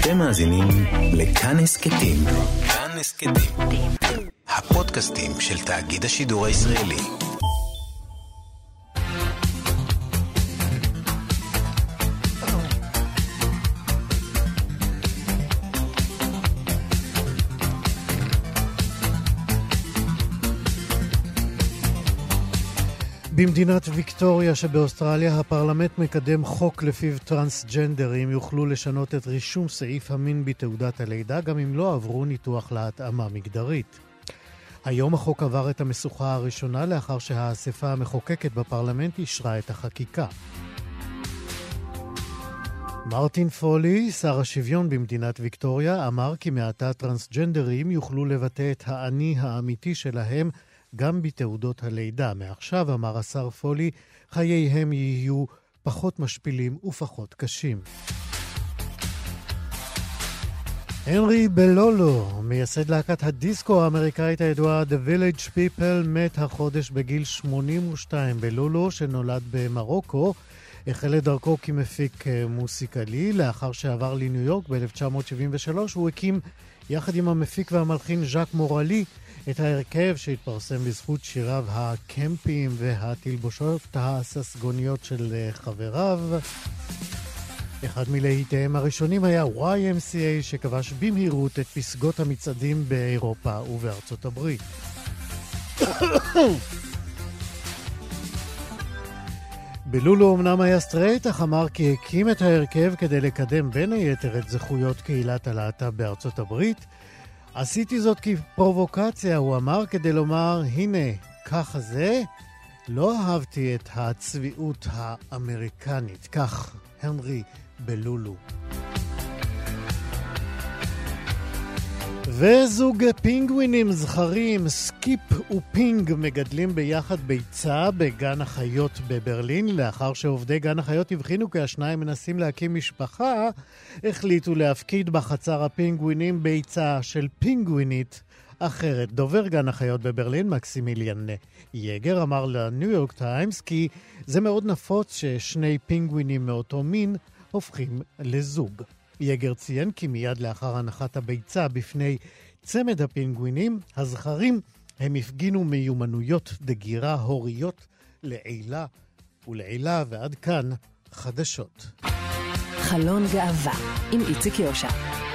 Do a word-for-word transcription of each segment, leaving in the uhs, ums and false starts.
אתם מאזינים לכאן הסכתים. כאן הסכתים. הפודקאסטים של תאגיד השידור הישראלי. במדינת ויקטוריה שבאוסטרליה הפרלמנט מקדם חוק לפיו טרנסג'נדרים יוכלו לשנות את רישום סעיף המין בתעודת הלידה גם אם לא עברו ניתוח להתאמה מגדרית. היום החוק עבר את המשוכה הראשונה לאחר שהאספה המחוקקת בפרלמנט אישרה את החקיקה. מרטין פולי, שר השוויון במדינת ויקטוריה, אמר כי מעתה טרנסג'נדרים יוכלו לבטא את האני האמיתי שלהם גם בתעודות הלידה. מעכשיו, אמר השר פולי, חייהם יהיו פחות משפילים ופחות קשים. הנרי בלולו, מייסד להקת הדיסקו האמריקאית הידועה The Village People, מת החודש בגיל שמונים ושתיים. בלולו, שנולד במרוקו, החל את דרכו כמפיק מוסיקלי. לאחר שעבר לניו יורק ב-אלף תשע מאות שבעים ושלוש, הוא הקים יחד עם המפיק והמלחין ז'אק מורלי את ההרכב שהתפרסם בזכות שיריו הקמפיים והתלבושות הססגוניות של חבריו. אחד מלהיטיהם הראשונים היה וואי אם סי איי, שכבש במהירות את פסגות המצעדים באירופה ובארצות הברית. בלולו אמנם היה סטרייט, אך אמר כי הקים את ההרכב כדי לקדם בין היתר את זכויות קהילת הלהט"ב בארצות הברית. עשיתי זאת כפרובוקציה, הוא אמר, כדי לומר, הנה, ככה זה. לא אהבתי את הצביעות האמריקנית. כך, הנרי בלולו. וזוג פינגווינים זכרים, סקיפ ופינג, מגדלים ביחד ביצה בגן החיות בברלין. לאחר שעובדי גן החיות הבחינו כי השניים מנסים להקים משפחה, החליטו להפקיד בחצר הפינגווינים ביצה של פינגווינית אחרת. דובר גן החיות בברלין, מקסימיליאן יגר, אמר לניו יורק טיימס כי זה מאוד נפוץ ששני פינגווינים מאותו מין הופכים לזוג. יגר ציין כי מיד לאחר הנחת הביצה בפני צמד הפינגווינים, הזכרים הם הפגינו מיומנויות דגירה הוריות לעילה ולעילה. ועד כאן חדשות. חלון גאווה עם איציק יושע.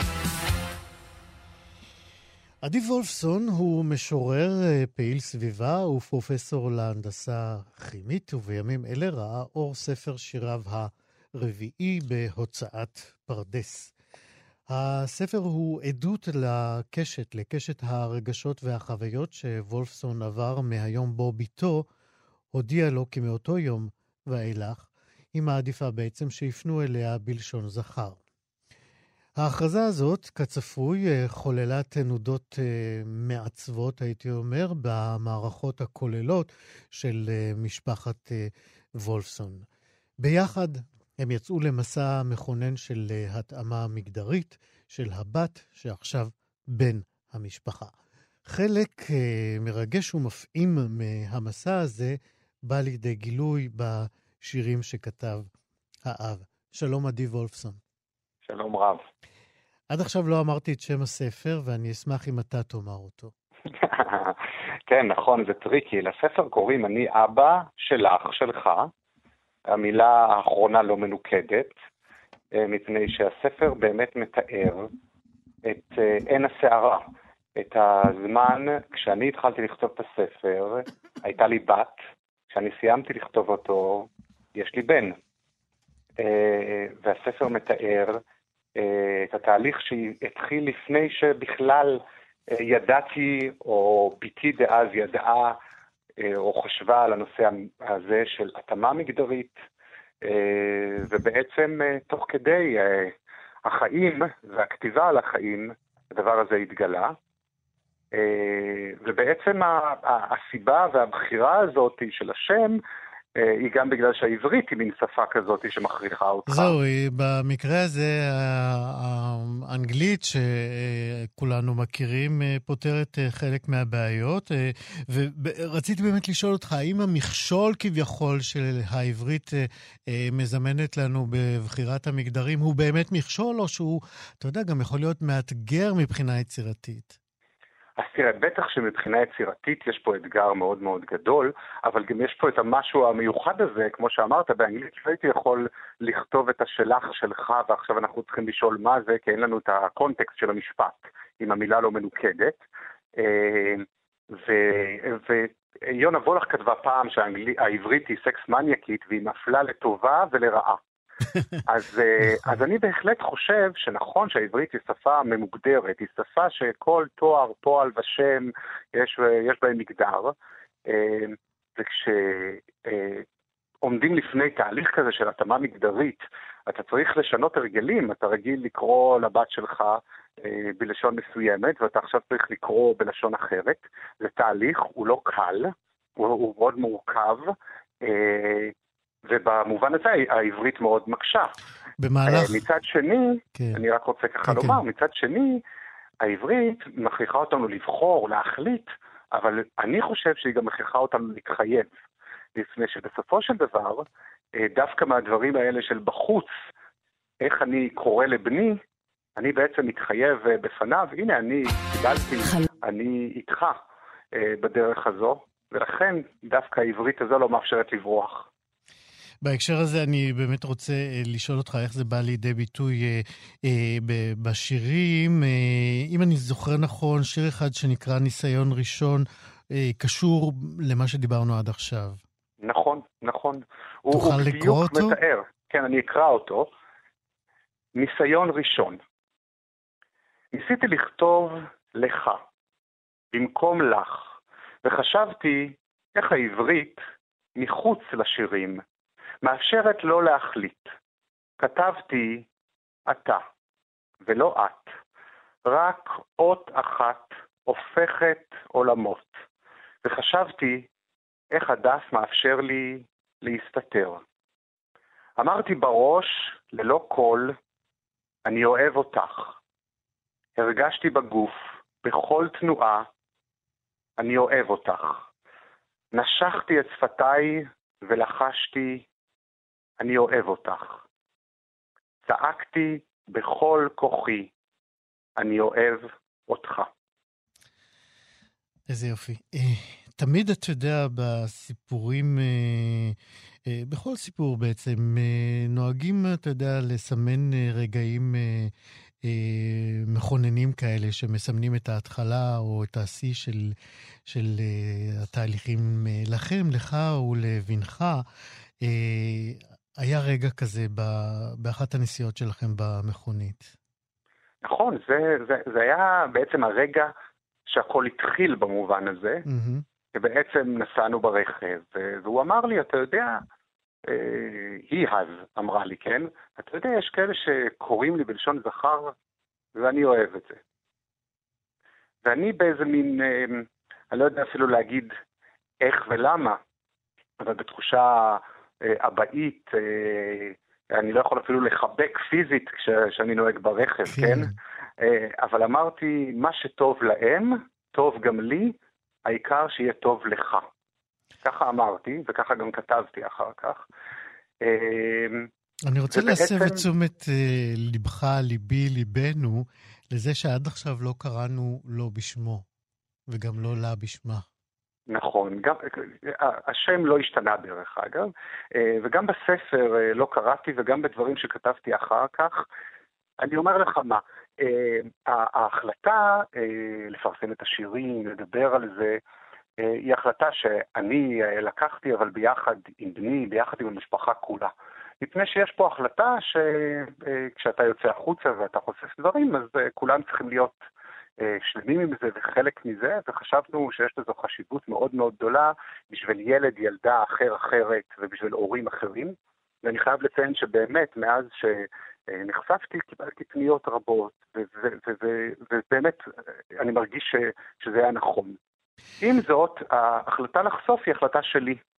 עדי וולפסון הוא משורר, פעיל סביבה ופרופסור להנדסה כימית, ובימים אלה ראה אור ספר שיריו הרביעי בהוצאת פרדס. הספר הוא עדות לקשת, לקשת הרגשות והחוויות שוולפסון עבר מהיום בו ביתו הודיע לו כי מאותו יום ואילך היא מעדיפה בעצם שיפנו אליה בלשון זכר. ההכרזה הזאת, כצפוי, חוללה תנודות מעצבות, הייתי אומר, במערכות הכוללות של משפחת וולפסון. ביחד הם יצאו למסע מכונן של התאמה מגדרית של הבת שעכשיו בן המשפחה. חלק מרגש ומפעים מהמסע הזה בא לידי גילוי בשירים שכתב האב. שלום עדי וולפסון. שלום רב. עד עכשיו לא אמרתי את שם הספר, ואני אשמח אם אתה תאמר אותו. כן, נכון, זה טריקי. לספר קוראים אני אבא שלך, שלך. המילה האחרונה לא מנוקדת, מפני שהספר באמת מתאר את עין הסערה, את הזמן. כשאני התחלתי לכתוב את הספר, הייתה לי בת. כשאני סיימתי לכתוב אותו, יש לי בן. והספר מתאר את התהליך שהתחיל לפני שבכלל ידעתי, או ביתי דאז ידעה, או חשבה על הנושא הזה של התאמה מגדרית, ובעצם תוך כדי החיים והכתיבה על החיים, הדבר הזה התגלה. ובעצם הסיבה והבחירה הזאת של השם היא גם בגלל שהעברית היא מין שפה כזאת שמכריחה אותך. זהו, במקרה הזה האנגלית שכולנו מכירים פותרת חלק מהבעיות, ורציתי באמת לשאול אותך, האם המכשול כביכול של העברית מזמנת לנו בבחירת המגדרים הוא באמת מכשול, או שהוא, אתה יודע, גם יכול להיות מאתגר מבחינה יצירתית? אז תראה, בטח שמבחינה יצירתית יש פה אתגר מאוד מאוד גדול, אבל גם יש פה את המשהו המיוחד הזה, כמו שאמרת, באנגלית לא הייתי יכול לכתוב את השלך שלך, ועכשיו אנחנו צריכים לשאול מה זה, כי אין לנו את הקונטקסט של המשפט, עם המילה לא מנוקדת. ויונה וולך כתבה פעם שהעברית היא סקס מניאקית, והיא מפלה לטובה ולרעה. אז, אז אני בהחלט חושב שנכון שהעברית היא שפה ממוגדרת, היא שפה שכל תואר, פועל ושם יש, יש בהם מגדר, וכשעומדים לפני תהליך כזה של התאמה מגדרית, אתה צריך לשנות הרגלים, אתה רגיל לקרוא לבת שלך בלשון מסוימת, ואתה עכשיו צריך לקרוא בלשון אחרת, זה תהליך, הוא לא קל, הוא, הוא מאוד מורכב, ובמובן הזה העברית מאוד מקשה. במהלך... מצד שני, כן. אני רק רוצה ככה כן, לומר, כן. מצד שני, העברית מכריחה אותנו לבחור, להחליט, אבל אני חושב שהיא גם מכריחה אותנו להתחייב. לפני שבסופו של דבר, דווקא מהדברים האלה של בחוץ, איך אני קורא לבני, אני בעצם מתחייב בפניו, הנה אני קיבלתי, אני איתך בדרך הזו, ולכן דווקא העברית הזו לא מאפשרת לברוח. בהקשר הזה אני באמת רוצה לשאול אותך איך זה בא לידי ביטוי אה, אה, בשירים. אה, אם אני זוכר נכון, שיר אחד שנקרא ניסיון ראשון, אה, קשור למה שדיברנו עד עכשיו. נכון, נכון. תוכל הוא, לקרוא הוא אותו? מתאר. כן, אני אקרא אותו. ניסיון ראשון. ניסיתי לכתוב לך, במקום לך, וחשבתי איך העברית מחוץ לשירים, מאפשרת לא להחליט. כתבתי אתה, ולא את. רק אות אחת הופכת עולמות. וחשבתי איך הדף מאפשר לי להסתתר. אמרתי בראש, ללא קול, אני אוהב אותך. הרגשתי בגוף, בכל תנועה, אני אוהב אותך. נשכתי את שפתיי ולחשתי, אני אוהב אותך. צעקתי בכל כוחי, אני אוהב אותך. איזה יופי. תמיד אתה יודע בסיפורים, בכל סיפור בעצם, נוהגים, אתה יודע, לסמן רגעים מכוננים כאלה שמסמנים את ההתחלה או את השיא של, של התהליכים לכם, לך ולבנך. היה רגע כזה באחת הנסיעות שלכם במכונית. נכון, זה, זה, זה היה בעצם הרגע שהכל התחיל במובן הזה, mm-hmm. שבעצם נסענו ברכב, והוא אמר לי, אתה יודע, היא אז אמרה לי, כן? אתה יודע, יש כאלה שקוראים לי בלשון זכר, ואני אוהב את זה. ואני באיזה מין, אני לא יודע אפילו להגיד איך ולמה, אבל בתחושה אבאית, אני לא יכול אפילו לחבק פיזית כשאני נוהג ברכב, כן? אבל אמרתי, מה שטוב להם, טוב גם לי, העיקר שיהיה טוב לך. ככה אמרתי, וככה גם כתבתי אחר כך. אני רוצה להסב את תשומת לבך, ליבי, ליבנו, לזה שעד עכשיו לא קראנו לו בשמו, וגם לא לה בשמה. נכון, גם, השם לא השתנה דרך אגב, וגם בספר לא קראתי, וגם בדברים שכתבתי אחר כך, אני אומר לך מה, ההחלטה לפרסם את השירים, לדבר על זה, היא החלטה שאני לקחתי, אבל ביחד עם בני, ביחד עם המשפחה כולה. מפני שיש פה החלטה שכשאתה יוצא החוצה ואתה חושף דברים, אז כולם צריכים להיות שלמים עם זה וחלק מזה, וחשבנו שיש לזו חשיבות מאוד מאוד גדולה בשביל ילד, ילדה אחר אחרת ובשביל הורים אחרים. ואני חייב לציין שבאמת מאז שנחשפתי קיבלתי פניות רבות, ובאמת אני מרגיש שזה היה נכון. עם זאת, ההחלטה לחשוף היא החלטה שלי.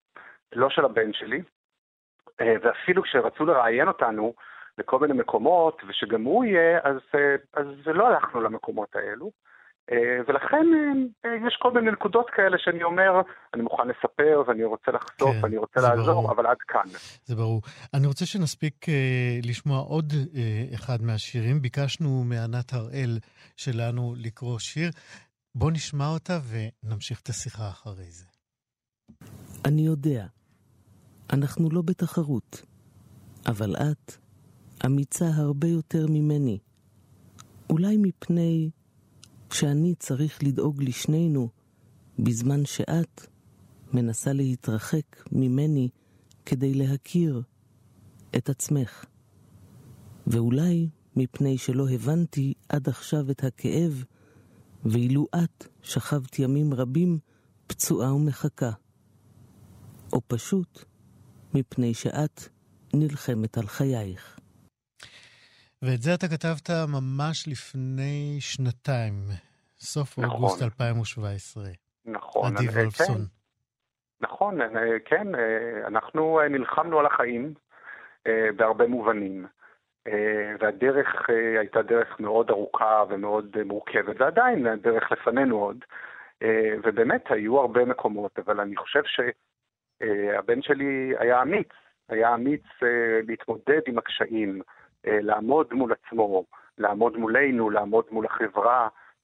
לא של הבן שלי, ואפילו כשרצו לראיין אותנו לכל מיני מקומות, ושגם הוא יהיה, אז, אז לא הלכנו למקומות האלו. ולכן יש כל מיני נקודות כאלה שאני אומר, אני מוכן לספר ואני רוצה לחשוף, כן, אני רוצה לעזור, ברור. אבל עד כאן. זה ברור. אני רוצה שנספיק uh, לשמוע עוד uh, אחד מהשירים. ביקשנו מענת הראל שלנו לקרוא שיר. בוא נשמע אותה ונמשיך את השיחה אחרי זה. אני יודע, אנחנו לא בתחרות, אבל את אמיצה הרבה יותר ממני. אולי מפני שאני צריך לדאוג לשנינו, בזמן שאת מנסה להתרחק ממני כדי להכיר את עצמך. ואולי מפני שלא הבנתי עד עכשיו את הכאב, ואילו את שכבת ימים רבים פצועה ומחכה. או פשוט מפני שאת נלחמת על חייך. ואת זה אתה כתבת ממש לפני שנתיים, סוף נכון. אוגוסט אלפיים שבע עשרה. נכון. עדי וולפסון. כן. נכון, כן, אנחנו נלחמנו על החיים בהרבה מובנים, והדרך הייתה דרך מאוד ארוכה ומאוד מורכבת, ועדיין הדרך לפנינו עוד, ובאמת היו הרבה מקומות, אבל אני חושב שהבן שלי היה אמיץ, היה אמיץ להתמודד עם הקשיים, לעמוד מול עצמו, לעמוד מולנו, לעמוד מול החברה,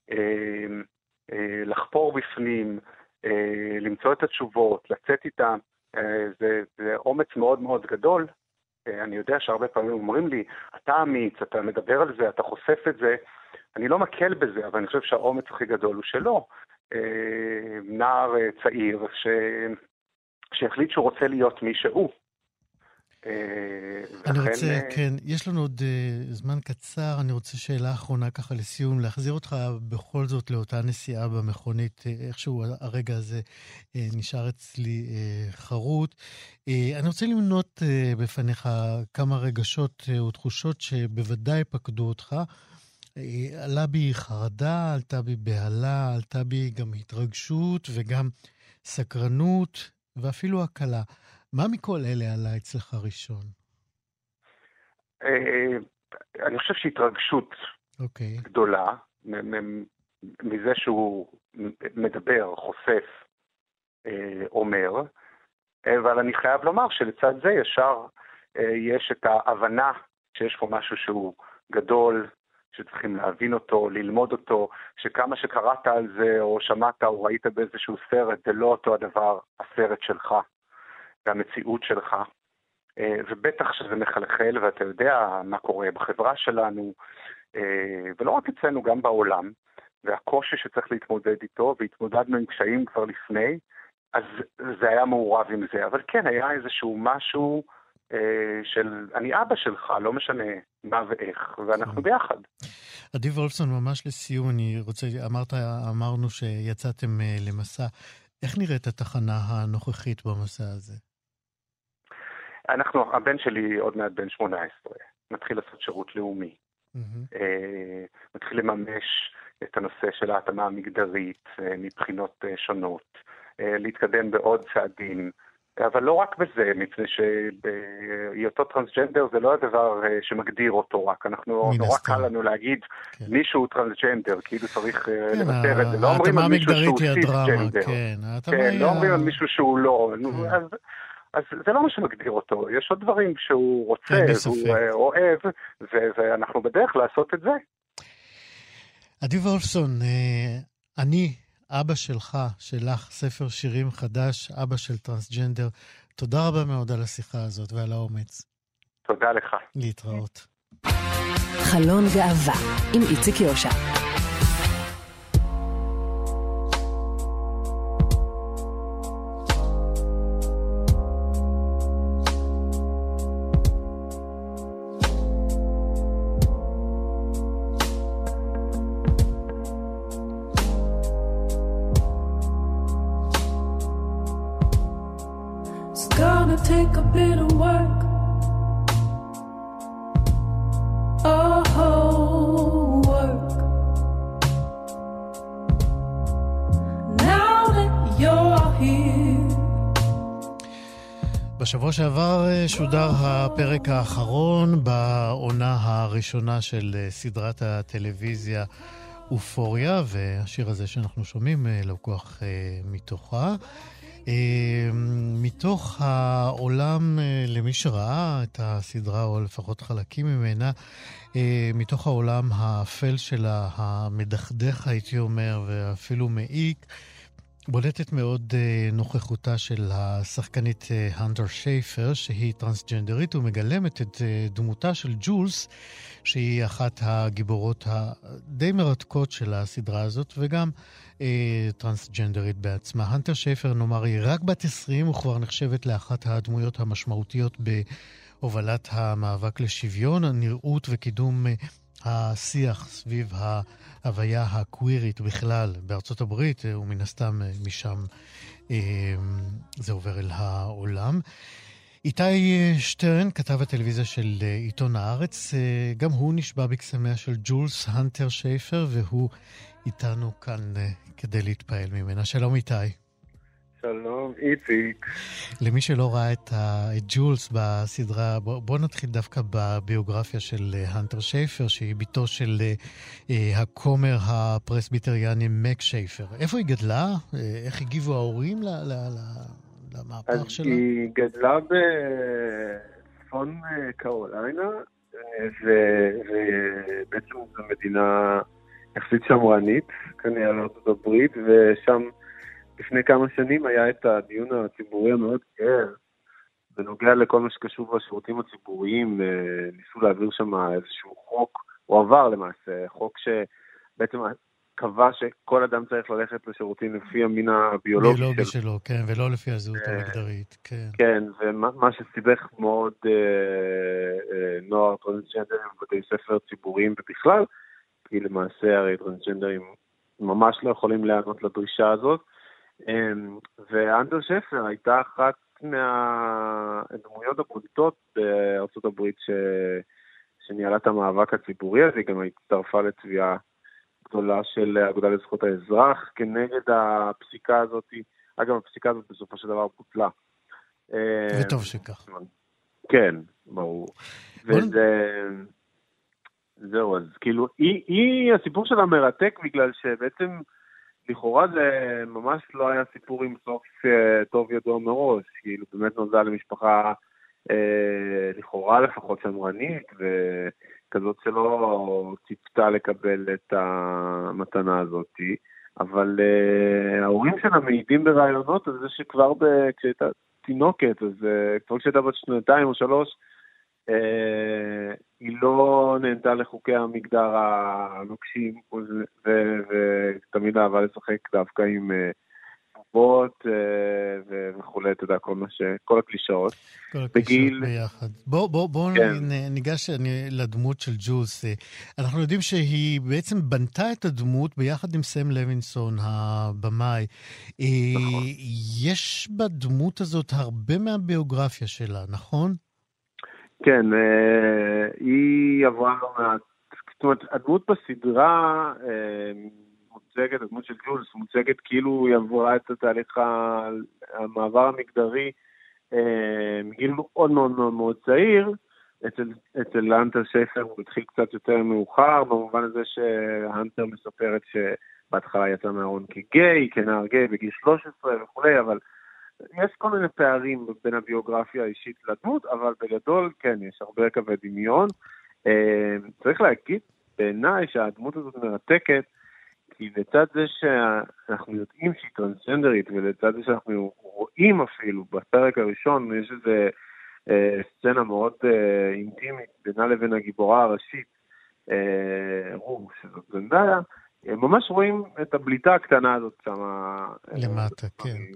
לחפור בפנים, למצוא את התשובות, לצאת איתה. זה, זה אומץ מאוד מאוד גדול. אני יודע שהרבה פעמים אומרים לי, אתה אמיץ, אתה מדבר על זה, אתה חושף את זה. אני לא מקל בזה, אבל אני חושב שהאומץ הכי גדול הוא שלו. נער צעיר ש... שהחליט שהוא רוצה להיות מי שהוא. אני רוצה, כן, יש לנו עוד זמן קצר, אני רוצה שאלה אחרונה ככה לסיום, להחזיר אותך בכל זאת לאותה נסיעה במכונית, איכשהו הרגע הזה נשאר אצלי חרוט. אני רוצה למנות בפניך כמה רגשות ותחושות שבוודאי פקדו אותך. עלה בי חרדה, עלתה בי בהלה, עלתה בי גם התרגשות וגם סקרנות ואפילו הקלה. מה מכל אלה עלה אצלך ראשון? אני חושב שהתרגשות גדולה מזה שהוא מדבר, חושף, אומר, אבל אני חייב לומר שלצד זה ישר יש את ההבנה שיש פה משהו שהוא גדול, שצריכים להבין אותו, ללמוד אותו, שכמה שקראת על זה או שמעת או ראית באיזשהו סרט, זה לא אותו הדבר, הסרט שלך. והמציאות שלך, ובטח שזה מחלחל, ואתה יודע מה קורה בחברה שלנו, ולא רק אצלנו, גם בעולם, והקושי שצריך להתמודד איתו, והתמודדנו עם קשיים כבר לפני, אז זה היה מעורב עם זה. אבל כן, היה איזשהו משהו של, אני אבא שלך, לא משנה מה ואיך, ואנחנו ביחד. עדי וולפסון, ממש לסיום, אני רוצה, אמרת, אמרנו שיצאתם למסע, איך נראית התחנה הנוכחית במסע הזה? אנחנו, הבן שלי עוד מעט בן שמונה עשרה, מתחיל לעשות שירות לאומי. Mm-hmm. מתחיל לממש את הנושא של ההתאמה המגדרית מבחינות שונות, להתקדם בעוד צעדים, אבל לא רק בזה, מפני שהיותו טרנסג'נדר זה לא הדבר שמגדיר אותו רק. אנחנו נורא קל לנו להגיד כן. מישהו טרנסג'נדר, כאילו צריך כן, לוותר את זה. לא אומרים על מישהו שהוא סיסג'נדר. כן, כן, לא אומרים על מישהו שהוא לא. כן. אז, אז זה לא מה שמגדיר אותו. יש עוד דברים שהוא רוצה, כן, והוא אוהב, ואנחנו בדרך לעשות את זה. עדי וולפסון, אני... אבא שלך, שלך, ספר שירים חדש, אבא של טרנסג'נדר. תודה רבה מאוד על השיחה הזאת ועל האומץ. תודה לך. להתראות. חלון גאווה עם איציק יושע. Take a bit of work, oh, work בשבוע שעבר שודר הפרק האחרון בעונה הראשונה של סדרת הטלוויזיה אופוריה, והשיר הזה שאנחנו שומעים לקוח מתוכה. מתוך העולם, למי שראה את הסדרה, או לפחות חלקים ממנה, מתוך העולם האפל שלה, המדכדך הייתי אומר, ואפילו מעיק, בולטת מאוד נוכחותה של השחקנית הנטר שייפר, שהיא טרנסג'נדרית ומגלמת את דמותה של ג'ולס, שהיא אחת הגיבורות הדי מרתקות של הסדרה הזאת, וגם אה, טרנסג'נדרית בעצמה. הנטר שייפר, נאמר, היא רק בת עשרים, וכבר נחשבת לאחת הדמויות המשמעותיות בהובלת המאבק לשוויון, הנראות וקידום השיח סביב ההוויה הקווירית בכלל בארצות הברית, ומן הסתם משם אה, זה עובר אל העולם. איתי שטרן, כתב הטלוויזיה של עיתון הארץ, גם הוא נשבע בקסמיה של ג'ולס הנטר שייפר, והוא איתנו כאן כדי להתפעל ממנה. שלום איתי. שלום איציק. למי שלא ראה את, ה... את ג'ולס בסדרה, בוא, בוא נתחיל דווקא בביוגרפיה של הנטר שייפר, שהיא ביתו של אה, הכומר הפרסביטריאני מק שייפר. איפה היא גדלה? איך הגיבו ההורים ל... ל... ל... למהפך שלה? אז היא גדלה בצפון קרוליינה, ובעצם זו מדינה יחסית שמרנית, כנראה לארצות הברית, ושם לפני כמה שנים היה את הדיון הציבורי המאוד גאה, בנוגע לכל מה שקשור בשירותים הציבוריים, ניסו להעביר שם איזשהו חוק, הוא עבר למעשה, חוק שבעצם קבע שכל אדם צריך ללכת לשירותים לפי המין הביולוגי ביולוגי שלו. שלו, כן, ולא לפי הזהות המגדרית, כן. כן, ומה שסיבך מאוד אה, אה, נוער טרנסג'נדרים בבתי ספר ציבוריים ובכלל, כי למעשה הרי טרנסג'נדרים ממש לא יכולים להיענות לדרישה הזאת, אה, והנטר שייפר הייתה אחת מהדמויות הבולטות בארצות הברית ש... שניהלה את המאבק הציבורי הזה, היא גם הצטרפה לתביעה גדולה של האגודה לזכויות האזרח, כנגד הפסיקה הזאת. אגב, הפסיקה הזאת בסופו של דבר בוטלה. וטוב שכך. כן, ברור. וזה... זהו, אז כאילו, היא, היא, הסיפור שלה מרתק, בגלל שבעצם, לכאורה זה ממש לא היה סיפור עם סוף טוב ידוע מראש, כאילו, באמת נולדה למשפחה, אה, לכאורה לפחות שמרנית, ו... כזאת שלא ציפתה לקבל את המתנה הזאת, אבל uh, ההורים שלה מעידים ברעיונות על זה שכבר ב- כשהייתה תינוקת, אז uh, כבר כשהייתה בת שנתיים או שלוש, uh, היא לא נהנתה לחוקי המגדר הנוקשים, ותמיד אהבה לשחק דווקא עם בובות וכולי, אתה יודע, כל מה ש... כל הקלישאות. כל הקלישאות ביחד. בואו בוא, בוא כן. ניגש לדמות של ג'ולס. אנחנו יודעים שהיא בעצם בנתה את הדמות ביחד עם סם לוינסון, הבמאי. נכון. יש בדמות הזאת הרבה מהביוגרפיה שלה, נכון? כן, היא עברה לא מעט. זאת אומרת, הדמות בסדרה... מוצגת, הדמות של ג'ולס, מוצגת כאילו היא עברה את התהליך המעבר המגדרי מגיל מאוד מאוד מאוד מאוד צעיר. אצל, אצל הנטר שייפר הוא התחיל קצת יותר מאוחר, במובן הזה שהנטר מספרת שבהתחלה יצא מהארון כגיי, כנער גיי בגיל שלוש עשרה וכולי, אבל יש כל מיני פערים בין הביוגרפיה האישית לדמות, אבל בגדול כן, יש הרבה קווי דמיון. צריך להגיד בעיניי שהדמות הזאת מרתקת, כי לצד זה שאנחנו יודעים שהיא טרנסג'נדרית, ולצד זה שאנחנו רואים אפילו בפרק הראשון, יש איזו אה, סצנה מאוד אה, אינטימית בינה לבין הגיבורה הראשית, אה, רוב, שזאת זנדאיה, ממש רואים את הבליטה הקטנה הזאת שם. למטה, אה, כן.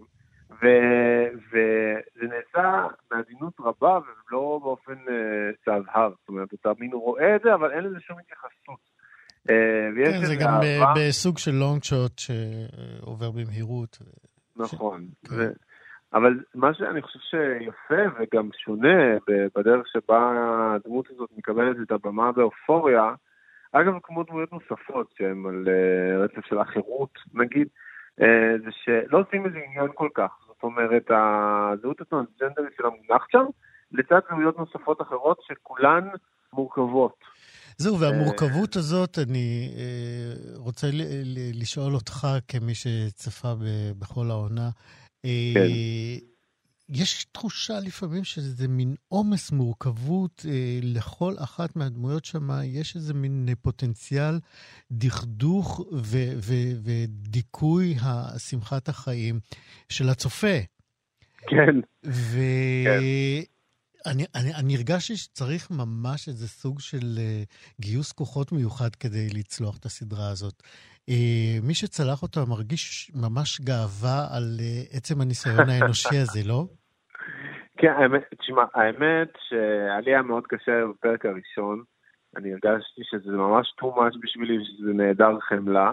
וזה נעשה בעדינות רבה, ולא באופן אה, צהבהב. זאת אומרת, אתה מין רואה את זה, אבל אין לזה שום התייחסות. כן, זה גם בסוג של לונג שוט שעובר במהירות. נכון. אבל מה שאני חושב שיפה וגם שונה בדרך שבה הדמות הזאת מקבלת את הבמה באופוריה, אגב, כמו דמויות נוספות שהן על רצף של החירות, נגיד, זה שלא עושים איזה עניין כל כך. זאת זאת אומרת, הזהות הטרנסג'נדרית שלה מונח שם, לצד זהויות נוספות אחרות שכולן מורכבות. זהו, והמורכבות הזאת, אני רוצה לשאול אותך כמי שצפה בכל העונה, כן. יש תחושה לפעמים שזה מין עומס מורכבות אה, לכל אחת מהדמויות שם, יש איזה מין פוטנציאל דכדוך ו- ו- ודיכוי השמחת החיים של הצופה. כן. ואני אני, אני הרגשתי שצריך ממש איזה סוג של uh, גיוס כוחות מיוחד כדי לצלוח את הסדרה הזאת. Uh, מי שצלח אותה מרגיש ממש גאווה על uh, עצם הניסיון האנושי הזה, לא? כן, האמת, תשמע, האמת שהיה לי היה מאוד קשה בפרק הראשון, אני הרגשתי שזה ממש too much בשבילי, שזה נהדר חמלה.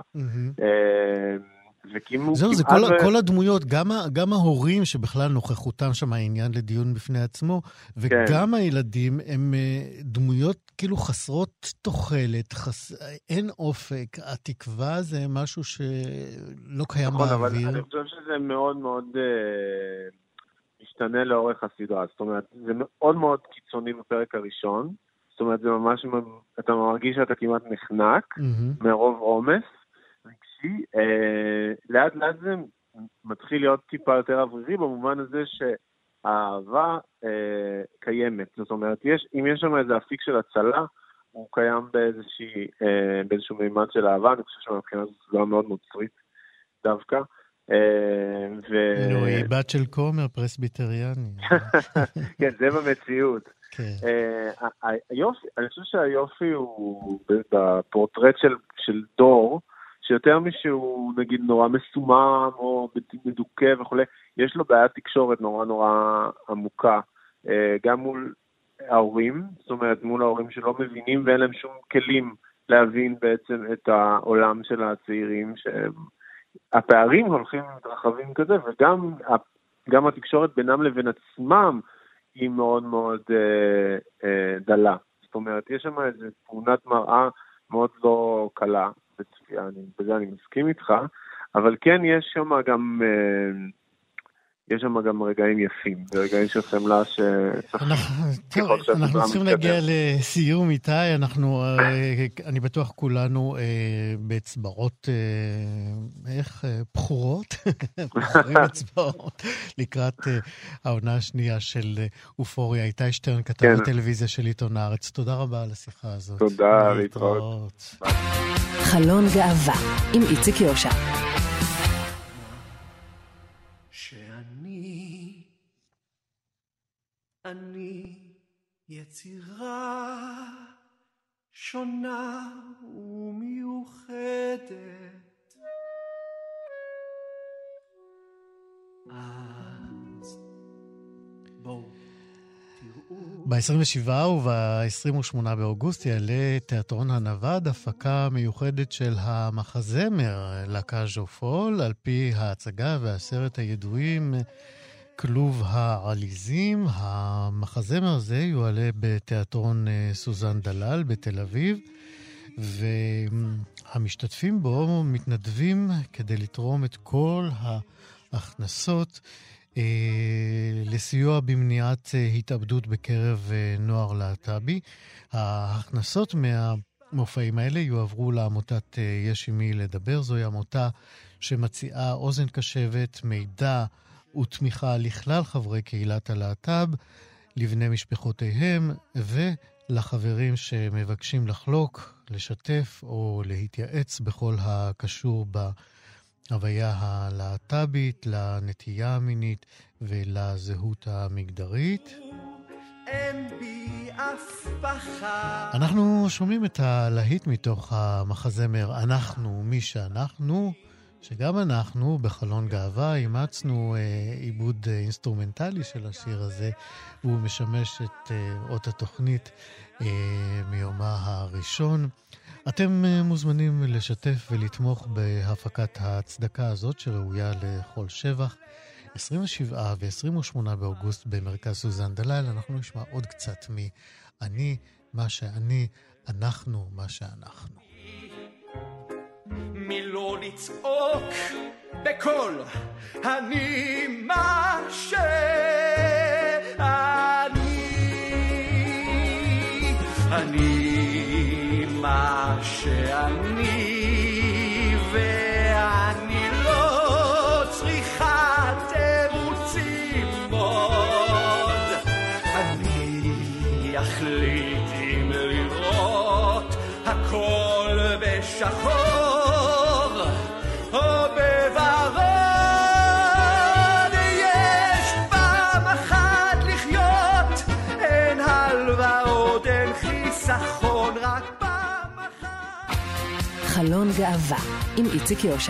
זהו, זה כל הדמויות, גם ההורים שבכלל נוכחותם שם העניין לדיון בפני עצמו, וגם הילדים הם דמויות כאילו חסרות תוחלת, אין אופק, התקווה זה משהו שלא קיים באוויר. נכון, אבל אני חושב שזה מאוד מאוד משתנה לאורך הסדרה, זאת אומרת, זה מאוד מאוד קיצוני בפרק הראשון, זאת אומרת, זה ממש, אתה מרגיש שאתה כמעט נחנק מרוב עומס, רגשי, לאט לאט זה מתחיל להיות טיפה יותר אוורירי, במובן הזה שהאהבה קיימת, זאת אומרת, אם יש שם איזה אפיק של הצלה, הוא קיים באיזשהו מימד של אהבה, אני חושב שמבחינה זו סדרה מאוד נוצרית דווקא, נו, היא בת של כומר פרסביטריאני. כן, זה במציאות. אני חושב שהיופי הוא בפורטרט של דור, שיותר משהוא נגיד נורא מסומם או מדוכא וכו', יש לו בעיית תקשורת נורא נורא עמוקה, גם מול ההורים, זאת אומרת מול ההורים שלא מבינים ואין להם שום כלים להבין בעצם את העולם של הצעירים שהם הפערים הולכים מתרחבים כזה, וגם גם התקשורת בינם לבין עצמם היא מאוד מאוד אה, אה, דלה. זאת אומרת, יש שם איזו תמונת מראה מאוד לא קלה בצפייה, אני, בזה אני מסכים איתך, אבל כן יש שם גם אה, יש שם גם רגעים יפים, ורגעים של חמלה שצריך... אנחנו צריכים להגיע לסיום איתי, אנחנו, אני בטוח כולנו באצבעות, איך, בחורות? בחורים אצבעות, לקראת העונה השנייה של אופוריה. איתי שטרן, כתב בטלוויזיה של עיתון הארץ. תודה רבה על השיחה הזאת. תודה, להתראות. חלון גאווה, עם איציק יושע. שאני, אני יצירה שונה ומיוחדת. אז בואו תראו. ב-עשרים ושבעה וב-עשרים ושמונה באוגוסט יעלה תיאטרון הנווד הפקה מיוחדת של המחזמר לקה ז'ופול, על פי ההצגה והסרט הידועים כלוב העליזים. המחזמר הזה יועלה בתיאטרון סוזן דלל בתל אביב, והמשתתפים בו מתנדבים כדי לתרום את כל ההכנסות לסיוע במניעת התאבדות בקרב נוער להט"בי. ההכנסות מהמופעים האלה יועברו לעמותת יש עם מי לדבר. זוהי עמותה שמציעה אוזן קשבת, מידע ותמיכה לכלל חברי קהילת הלהט"ב, לבני משפחותיהם ולחברים שמבקשים לחלוק, לשתף או להתייעץ בכל הקשור ב הוויה הלהט"בית, לנטייה המינית ולזהות המגדרית. אנחנו שומעים את הלהיט מתוך המחזמר אנחנו מי שאנחנו, שגם אנחנו בחלון גאווה אימצנו אה, עיבוד אינסטרומנטלי של השיר הזה, והוא משמש את אה, אות התוכנית אה, מיומה הראשון. אתם מוזמנים לשתף ולתמוך בהפקת ההצדקה הזאת שראויה לכל שבח. עשרים ושבעה ו-עשרים ושמונה באוגוסט במרכז סוזן דלל. אנחנו נשמע עוד קצת מ"אני מה שאני, אנחנו מה שאנחנו". מלא לצעוק בקול אני מה שאני אני מה שאני ואני לא צריכה תירוצים עוד אני אחליט אם לראות הכל בשחור או בוורוד יש פעם אחת לחיות אין הלוואות אין חיסכון רק פעם אחת חלון גאווה עם איציק יושע.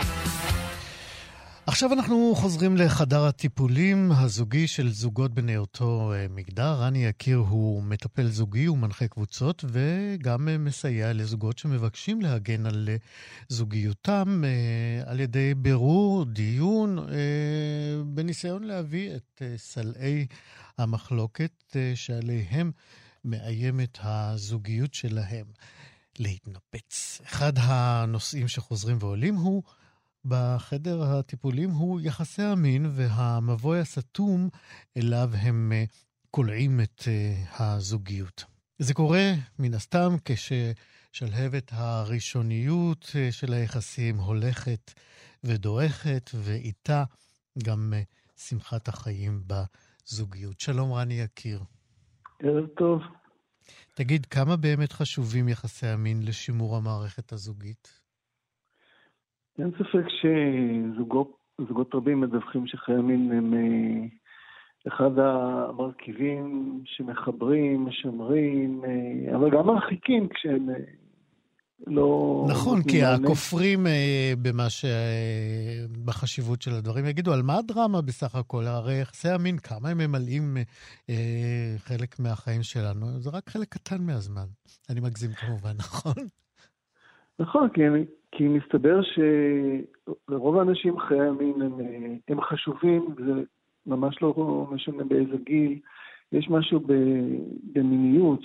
עכשיו אנחנו חוזרים לחדר הטיפולים הזוגי של זוגות בני אותו מגדר. רני יקיר הוא מטפל זוגי ומנחה קבוצות וגם מסייע לזוגות שמבקשים להגן על זוגיותם על ידי בירור, דיון, בניסיון להביא את סלעי המחלוקת שעליהם מאיימת הזוגיות שלהם להתנפץ. אחד הנושאים שחוזרים ועולים הוא בחדר הטיפולים הוא יחסי המין והמבוי הסתום אליו הם קולעים את הזוגיות. זה קורה מן הסתם כששלהבת הראשוניות של היחסים הולכת ודועכת ואיתה גם שמחת החיים בזוגיות. שלום רני יקיר. ערב טוב. תגיד, כמה באמת חשובים יחסי המין לשימור המערכת הזוגית? אין ספק שזוגות רבים מדווחים שחיי המין הם אחד המרכיבים שמחברים, משמרים, אבל גם מרחיקים כשהם לא... נכון, כי הכופרים במה ש... בחשיבות של הדברים יגידו, על מה הדרמה בסך הכל? הרי יחסי המין, כמה הם ממלאים חלק מהחיים שלנו? זה רק חלק קטן מהזמן. אני מגזים כמובן, נכון? נכון, כי, כי מסתבר שלרוב האנשים חיי המין הם, הם חשובים, זה ממש לא משנה באיזה גיל. יש משהו במיניות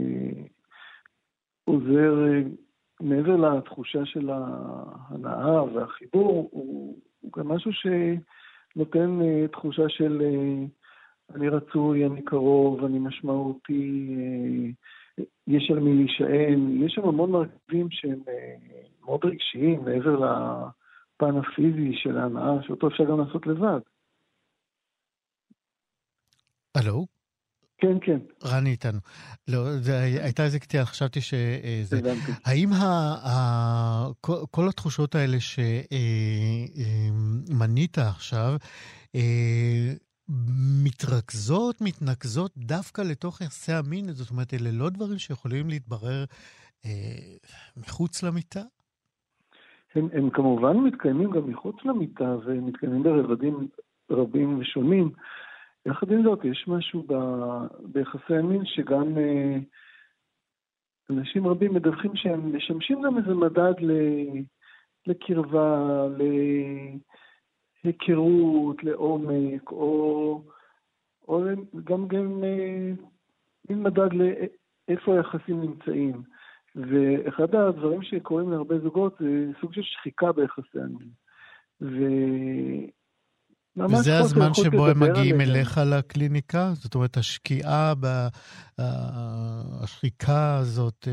שעוזר מעבר לתחושה של ההנאה והחיבור, הוא, הוא גם משהו שנותן תחושה של אני רצוי, אני קרוב, אני משמעותי, יש על מי להישען, יש שם המון מרכיבים שהם מאוד רגשיים, מעבר לפן הפיזי של ההנאה, שאותו אפשר גם לעשות לבד. הלו? כן, כן. רני איתנו. לא, זה, הייתה איזה קטיעה, חשבתי שזה... האם ה, ה, כל, כל התחושות האלה שמנית עכשיו, מתרכזות, מתנקזות דווקא לתוך יחסי המין, זאת אומרת, אלה לא דברים שיכולים להתברר אה, מחוץ למיטה? הם, הם כמובן מתקיימים גם מחוץ למיטה, ומתקיימים ברבדים רבים ושונים. יחד עם זאת, יש משהו ב, ביחסי המין שגם אה, אנשים רבים מדווחים שהם משמשים גם איזה מדד ל, לקרבה, ל... היכרות, לעומק, או, או גם גם מין מדד לאיפה היחסים נמצאים. ואחד הדברים שקוראים להרבה זוגות זה סוג של שחיקה ביחסי המין. וזה הזמן שבו הם מגיעים אליך לקליניקה? זאת אומרת, השקיעה, השחיקה הזאת,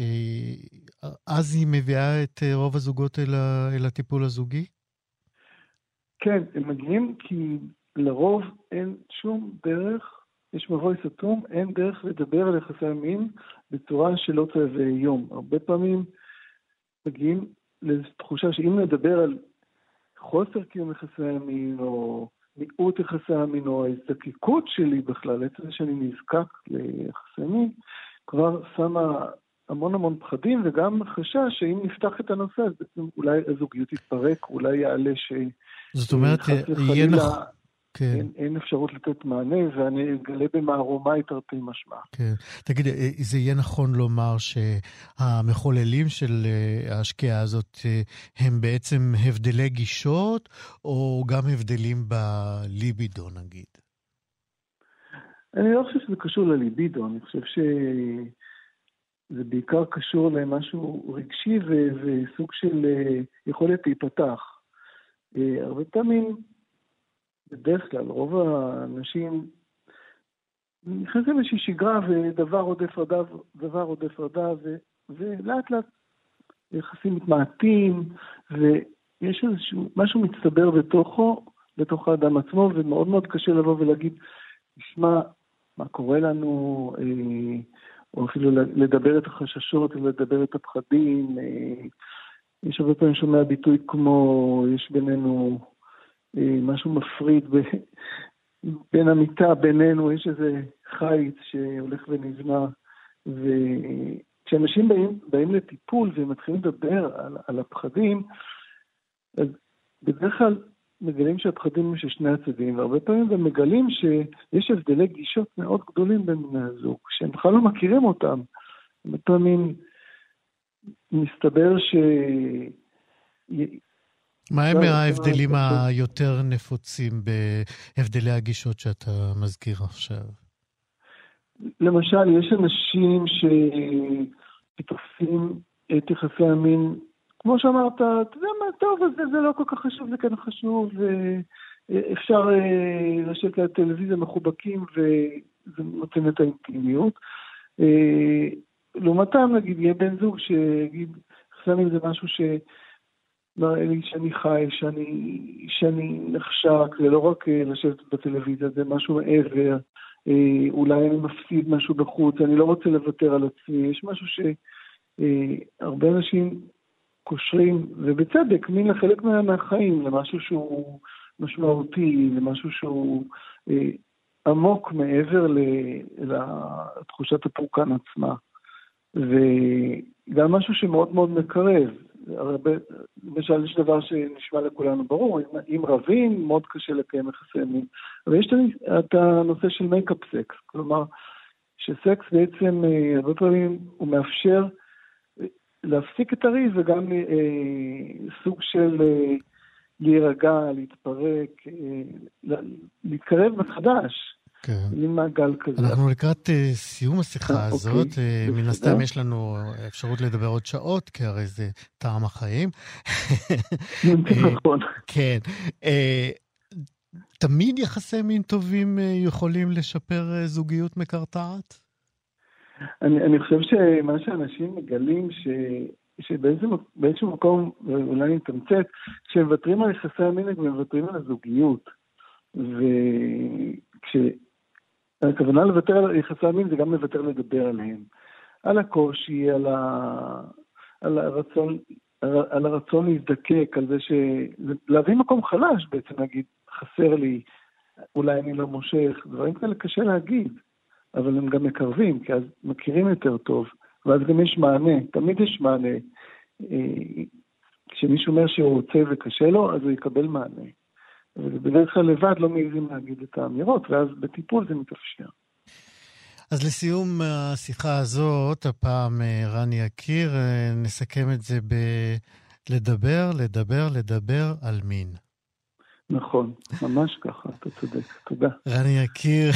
אז היא מביאה את רוב הזוגות אל הטיפול הזוגי? כן, הם מגיעים כי לרוב אין שום דרך, יש מבוי סתום, אין דרך לדבר על יחסי המין בצורה שלא תהווה יום. הרבה פעמים מגיעים לתחושה שאם נדבר על חוסר קיום יחסי המין, או מיעוט יחסי המין, או ההזדקקות שלי בכלל, עצם שאני נזקק ליחסי מין, כבר שמה המון המון פחדים, וגם חשש שאם נפתח את הנושא, אז בעצם אולי הזוגיות יתפרק, אולי יעלה ש... זאת אומרת, יהיה נכון... כן. אין, אין אפשרות לתת מענה, ואני אגלה במערומה תרתי משמע. כן. תגיד, זה יהיה נכון לומר שהמחוללים של ההשקעה הזאת הם בעצם הבדלי גישות, או גם הבדלים בליבידו, נגיד? אני לא חושב שזה קשור לליבידו, אני חושב שזה בעיקר קשור למשהו רגשי ו- וסוג של יכולת להיפתח. הרבה פעמים, בדרך כלל, רוב האנשים נכנסים לאיזושהי שגרה ודבר עודף רדף, דבר עודף רדף, ולאט לאט יחסים מתמעטים, ויש איזשהו, משהו מצטבר בתוכו, בתוך האדם עצמו, ומאוד מאוד קשה לבוא ולהגיד, נשמע מה קורה לנו, או אפילו לדבר את החששות, או לדבר את הפחדים. יש הרבה פעמים שומע ביטוי כמו, יש בינינו משהו מפריד בין המיטה, בינינו, יש איזה חיץ שהולך ונבנה, וכשאנשים באים, באים לטיפול ומתחילים לדבר על, על הפחדים, אז בדרך כלל מגלים שהפחדים הם של שני הצדדים, והרבה פעמים גם מגלים שיש הבדלי גישות מאוד גדולים בין בני הזוג, שהם בכלל לא מכירים אותם. הרבה פעמים מסתבר ש... מה הם ההבדלים היותר נפוצים בהבדלי הגישות שאתה מזכיר עכשיו? למשל, יש אנשים שתופסים את יחסי המין, כמו שאמרת, אתה יודע מה, טוב, זה, זה לא כל כך חשוב, זה כן חשוב, ואפשר לשבת לטלוויזיה מחובקים, וזה נותן את האינטימיות. לעומתם, נגיד, יהיה בן זוג שיגיד, יחסי המין זה משהו ש... מראה לי שאני חי, שאני, שאני נחשק, זה לא רק לשבת בטלוויזיה, זה משהו מעבר, אולי אני מפסיד משהו בחוץ, אני לא רוצה לוותר על עצמי, יש משהו שהרבה אנשים קושרים, ובצדק, מין לחלק מהחיים, למשהו שהוא משמעותי, למשהו שהוא עמוק מעבר לתחושת הפורקן עצמה, וגם משהו שמאוד מאוד מקרב, הרבה, למשל יש דבר שנשמע לכולנו ברור, אם רבים מאוד קשה לקיים יחסי מין, אבל יש את הנושא של מייקאפ סקס, כלומר שסקס בעצם הרבה פעמים הוא מאפשר להפסיק את הריב וגם אה, סוג של אה, להירגע, להתפרק, אה, להתקרב מחדש. כן. למעגל כזה. אנחנו לקראת uh, סיום השיחה הזאת, uh, מן הסתם יש לנו אפשרות לדבר עוד שעות, כי הרי זה טעם החיים. נכון. כן. תמיד יחסי מין טובים יכולים לשפר זוגיות מקרטעת? אני, אני חושב שמה שאנשים מגלים, ש, שבאיזשהו מקום, אולי נתמצת, כשהם מוותרים על יחסי המין, הם מוותרים על הזוגיות. וכש... הכוונה לוותר על יחסי המין זה גם לוותר לדבר עליהם. על הקושי, על, ה... על, הרצון, על הרצון להזדקק, על זה ש... להביא מקום חלש בעצם, להגיד, חסר לי, אולי אני לא מושך, דברים כאלה קשה להגיד, אבל הם גם מקרבים, כי אז מכירים יותר טוב, ואז גם יש מענה, תמיד יש מענה. כשמישהו אומר שהוא רוצה וקשה לו, אז הוא יקבל מענה. ובדרך כלל לבד לא מעיזים להגיד את האמירות, ואז בטיפול זה מתאפשר. אז לסיום השיחה הזאת, הפעם רני יקיר, נסכם את זה בלדבר, לדבר, לדבר על מין. נכון, ממש ככה, אתה צודק, תודה. רני יקיר,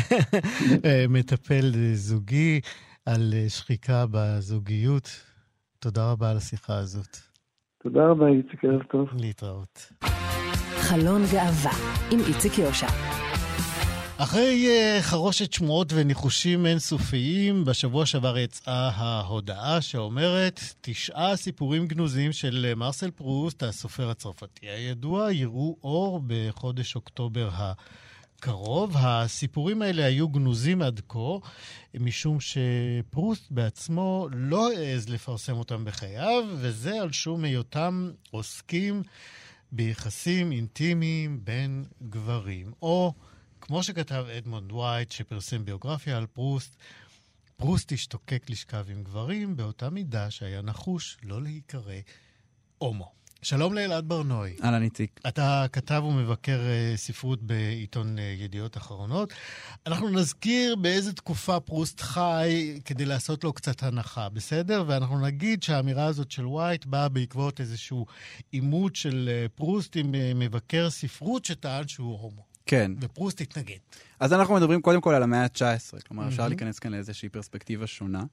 מטפל זוגי על שחיקה בזוגיות. תודה רבה על השיחה הזאת. תודה רבה, איציק, ערב טוב. להתראות. חלון גאווה עם איציק יושע. אחרי uh, חרושת שמועות וניחושים אינסופיים, בשבוע שעבר יצאה ההודעה שאומרת תשעה סיפורים גנוזים של מרסל פרוסט, הסופר הצרפתי הידוע, יראו אור בחודש אוקטובר הקרוב. הסיפורים האלה היו גנוזים עד כה, משום שפרוסט בעצמו לא העז לפרסם אותם בחייו, וזה על שום היותם עוסקים ביחסים אינטימיים בין גברים. או, כמו שכתב אדמונד ווייט, שפרסם ביוגרפיה על פרוסט, פרוסט השתוקק לשכב עם גברים באותה מידה שהיה נחוש לא להיקרא הומו. שלום לאלעד ברנועי. אהלן איציק. אתה כתב ומבקר ספרות בעיתון ידיעות אחרונות. אנחנו נזכיר באיזה תקופה פרוסט חי כדי לעשות לו קצת הנחה, בסדר? ואנחנו נגיד שהאמירה הזאת של ווייט באה בעקבות איזשהו עימות של פרוסט עם מבקר ספרות שטען שהוא הומו. כן. ופרוסט התנגד. אז אנחנו מדברים קודם כל על המאה ה-תשע עשרה, כלומר אפשר להיכנס כאן לאיזושהי פרספקטיבה שונה.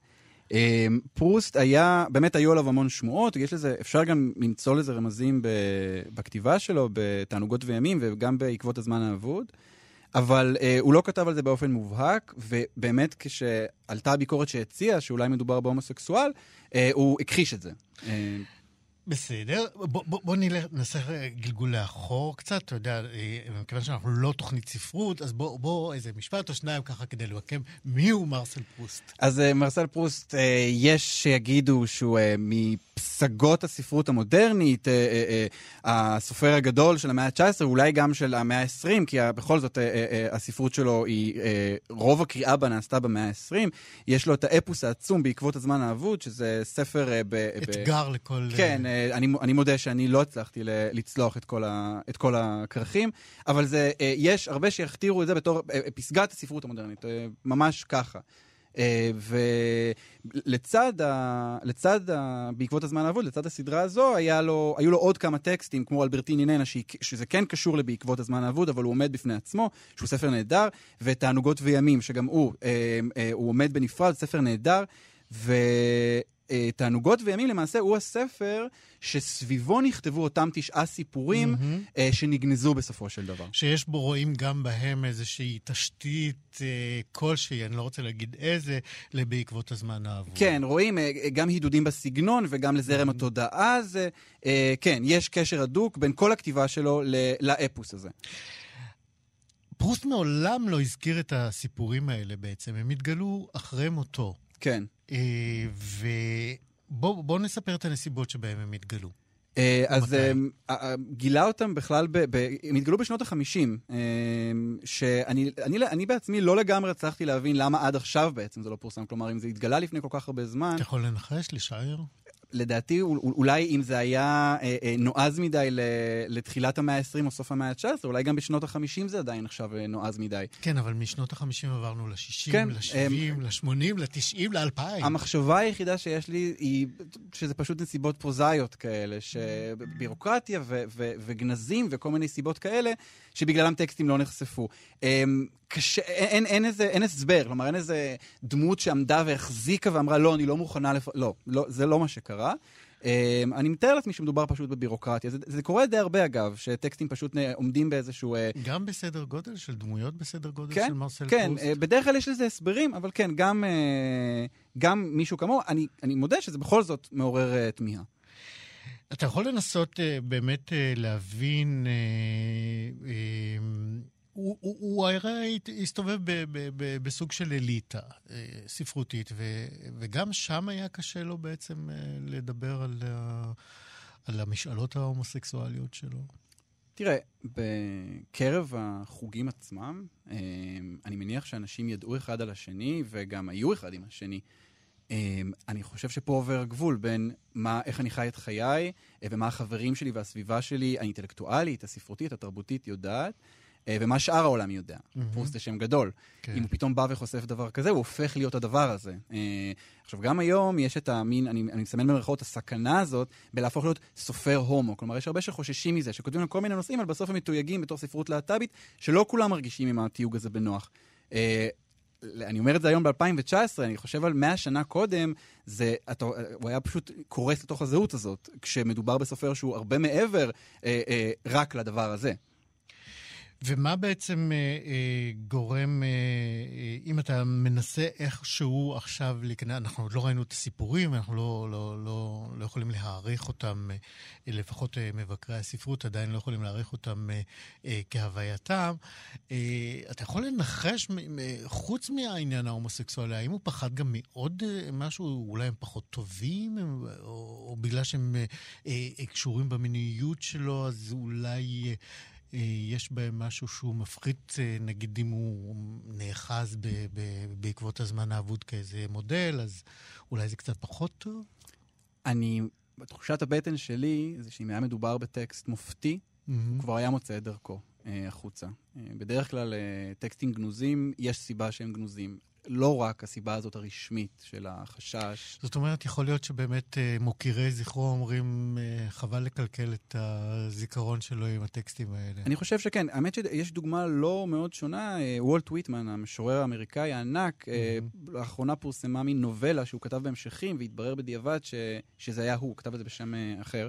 פרוסט היה, באמת היו עליו המון שמועות, יש לזה, אפשר גם למצוא לזה רמזים בכתיבה שלו, בתענוגות וימים, וגם בעקבות הזמן האבוד. אבל אה, הוא לא כתב על זה באופן מובהק, ובאמת כשעלתה הביקורת שהציעה, שאולי מדובר בהומוסקסואל, אה, הוא הכחיש את זה. אה, בסדר, בוא, בוא, בוא נלך, ננסה גלגול לאחור קצת, אתה יודע, מכיוון שאנחנו לא תוכנית ספרות, אז בוא, בוא איזה משפט או שניים ככה כדי לבקם, מי הוא מרסל פרוסט? אז uh, מרסל פרוסט, uh, יש שיגידו שהוא uh, מפסגות הספרות המודרנית, uh, uh, uh, הסופר הגדול של המאה ה-תשע עשרה, אולי גם של המאה ה-עשרים, כי uh, בכל זאת uh, uh, הספרות שלו היא, uh, רוב הקריאה בה נעשתה במאה ה-עשרים, יש לו את האפוס העצום בעקבות הזמן האבוד, שזה ספר... Uh, ב- אתגר ב- לכל... כן, אני, אני מודה שאני לא הצלחתי לצלוח את כל, ה, את כל הכרכים, אבל זה, יש הרבה שיכתירו את זה בתור פסגת הספרות המודרנית, ממש ככה. ולצד, ה, לצד ה, בעקבות הזמן האבוד, לצד הסדרה הזו, היה לו, היו לו עוד כמה טקסטים, כמו אלברטיני ננה, שזה כן קשור לבעקבות הזמן האבוד, אבל הוא עומד בפני עצמו, שהוא ספר נהדר, ותענוגות וימים, שגם הוא, הוא עומד בנפרד, ספר נהדר, ו... תענוגות וימים למעשה הוא הספר שסביבו נכתבו אותם תשעה סיפורים mm-hmm. שנגנזו בסופו של דבר. שיש בו רואים גם בהם איזושהי תשתית כלשהי, אני לא רוצה להגיד איזה, לבעקבות הזמן האבוד. כן, רואים גם הידודים בסגנון וגם לזרם mm-hmm. התודעה הזה. כן, יש קשר הדוק בין כל הכתיבה שלו לאפוס הזה. פרוסט מעולם לא הזכיר את הסיפורים האלה בעצם, הם התגלו אחרי מותו. כן. ובואו נספר את הנסיבות שבהם הם התגלו. אז גילה אותם בכלל, הם התגלו בשנות החמישים, שאני בעצמי לא לגמרי הצלחתי להבין למה עד עכשיו בעצם זה לא פורסם, כלומר אם זה התגלה לפני כל כך הרבה זמן. אתה יכול לנחש, לשער? לדעתי, אולי אם זה היה אה, אה, נועז מדי לתחילת המאה ה-עשרים או סוף המאה ה-תשע עשרה, אולי גם בשנות ה-חמישים זה עדיין עכשיו נועז מדי. כן, אבל משנות ה-חמישים עברנו ל-שישים, כן, ל-שבעים, אה, ל-שמונים, ל-תשעים, ל-אלפיים. המחשבה היחידה שיש לי היא שזה פשוט נסיבות פרוזאיות כאלה, שבירוקרטיה ו- ו- וגנזים וכל מיני סיבות כאלה, שבגללם טקסטים לא נחשפו. אה, קשה, אין, אין איזה, אין הסבר, כלומר, אין איזה דמות שעמדה והחזיקה ואמרה, לא, אני לא מוכנה לפ... לא, לא, זה לא מה שקרה. אני מתאר לעצמי שמדובר פשוט בבירוקרטיה. זה, זה קורה די הרבה, אגב, שטקסטים פשוט עומדים באיזשהו... גם בסדר גודל של דמויות בסדר גודל כן, של מרסל כן, פרוסט? כן, בדרך כלל יש לזה הסברים, אבל כן, גם, גם מישהו כמוהו, אני, אני מודה שזה בכל זאת מעורר תמיהה. אתה יכול לנסות באמת להבין... הוא, הוא, הוא הרי הסתובב ב, ב, ב, בסוג של אליטה ספרותית, ו, וגם שם היה קשה לו בעצם לדבר על, על המשאלות ההומוסקסואליות שלו. תראה, בקרב החוגים עצמם, אני מניח שאנשים ידעו אחד על השני, וגם היו אחד עם השני. אני חושב שפה עובר גבול בין מה, איך אני חי את חיי, ומה החברים שלי והסביבה שלי, האינטלקטואלית, הספרותית, התרבותית יודעת, ומה שאר העולם יודע. פרוסט זה שם גדול. אם הוא פתאום בא וחושף דבר כזה, הוא הופך להיות הדבר הזה. עכשיו, גם היום יש את המין, אני מסמן במרכאות, הסכנה הזאת, בלהפוך להיות סופר הומו. כלומר, יש הרבה שחוששים מזה, שכותבים על כל מיני נושאים, אבל בסוף הם מתויגים בתור ספרות להט"בית, שלא כולם מרגישים עם התיוג הזה בנוח. אני אומר את זה היום ב-אלפיים תשע עשרה, אני חושב על מאה שנה קודם, זה, אתה, הוא היה פשוט קורס לתוך הזהות הזאת, כשמדובר בסופר שהוא הרבה מעבר אה, אה, רק לדבר הזה. ומה בעצם אה, אה, גורם, אה, אה, אם אתה מנסה איכשהו עכשיו להיכנס, אנחנו עוד לא ראינו את הסיפורים, אנחנו לא, לא, לא, לא יכולים להעריך אותם, אה, לפחות אה, מבקרי הספרות עדיין לא יכולים להעריך אותם אה, אה, כהווייתם. אה, אתה יכול לנחש, אה, חוץ מהעניין ההומוסקסואלי, האם הוא פחד גם מעוד אה, משהו, אולי הם פחות טובים, אה, או, או בגלל שהם אה, אה, קשורים במיניות שלו, אז אולי... אה, יש בהם משהו שהוא מפחית, נגיד אם הוא נאחז ב- ב- בעקבות הזמן האבוד כאיזה מודל, אז אולי זה קצת פחות טוב? אני, בתחושת הבטן שלי, זה שאם היה מדובר בטקסט מופתי, mm-hmm. הוא כבר היה מוצא את דרכו אה, החוצה. אה, בדרך כלל, אה, טקסטים גנוזים, יש סיבה שהם גנוזים. לא רק הסיבה הזאת הרשמית של החשש. זאת אומרת, יכול להיות שבאמת מוקירי זכרו אומרים, חבל לקלקל את הזיכרון שלו עם הטקסטים האלה. אני חושב שכן. האמת שיש דוגמה לא מאוד שונה. וולט וויטמן, המשורר האמריקאי הענק, לאחרונה פורסמה מין נובלה שהוא כתב בהמשכים, והתברר בדיעבד שזה היה הוא, הוא כתב את זה בשם אחר.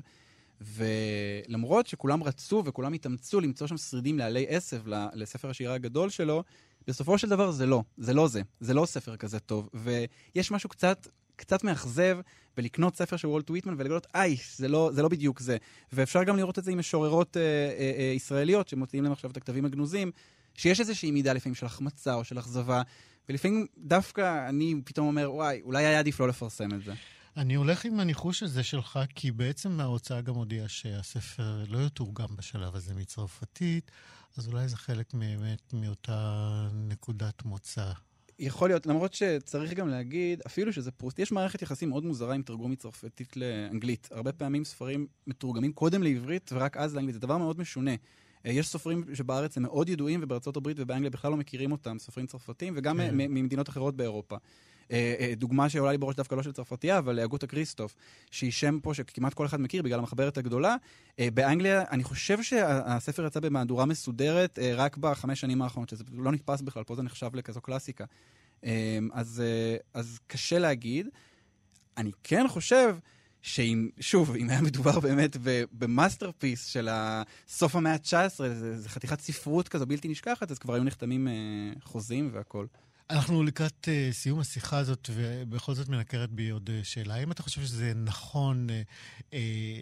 ולמרות שכולם רצו וכולם התאמצו למצוא שם שרידים לעלי עשב לספר השירה הגדול שלו, בסופו של דבר זה לא, זה לא זה, זה לא ספר כזה טוב, ויש משהו קצת, קצת מאכזב בלקנות ספר של וולט וויטמן ולגלות, איי, זה לא, זה לא בדיוק זה. ואפשר גם לראות את זה עם משוררות אה, אה, אה, ישראליות שמוציאים להם עכשיו את הכתבים הגנוזים, שיש איזושהי מידה לפעמים של החמצה או של אכזבה, ולפעמים דווקא אני פתאום אומר, וואי, אולי היה עדיף לא לפרסם את זה. אני הולך עם הניחוש הזה שלך, כי בעצם ההוצאה גם הודיעה שהספר לא יתורגם בשלב הזה מצרפתית, אז אולי זה חלק באמת מאותה נקודת מוצא. יכול להיות, למרות שצריך גם להגיד, אפילו שזה פרוסט, יש מערכת יחסים מאוד מוזרה עם תרגום מצרפתית לאנגלית. הרבה פעמים ספרים מתורגמים קודם לעברית ורק אז לאנגלית. זה דבר מאוד משונה. יש סופרים שבארץ הם מאוד ידועים ובארצות הברית ובאנגליה בכלל לא מכירים אותם, סופרים צרפתיים, וגם כן. ממדינות אחרות באירופה. דוגמה שעולה לי בראש דווקא לא של צרפתיה, אבל אגוטה כריסטוף, שהיא שם פה שכמעט כל אחד מכיר בגלל המחברת הגדולה. באנגליה, אני חושב שהספר יצא במהדורה מסודרת רק בחמש שנים האחרונות, שזה לא נתפס בכלל, פה זה נחשב לכזו קלאסיקה. אז, אז קשה להגיד. אני כן חושב שאם, שוב, אם היה מדובר באמת במאסטרפיס של סוף המאה ה-תשע עשרה, זה, זה חתיכת ספרות כזו בלתי נשכחת, אז כבר היו נחתמים חוזים והכל. אנחנו לקראת uh, סיום השיחה הזאת, ובכל זאת מנקרת בי עוד uh, שאלה. האם אתה חושב שזה נכון uh, uh,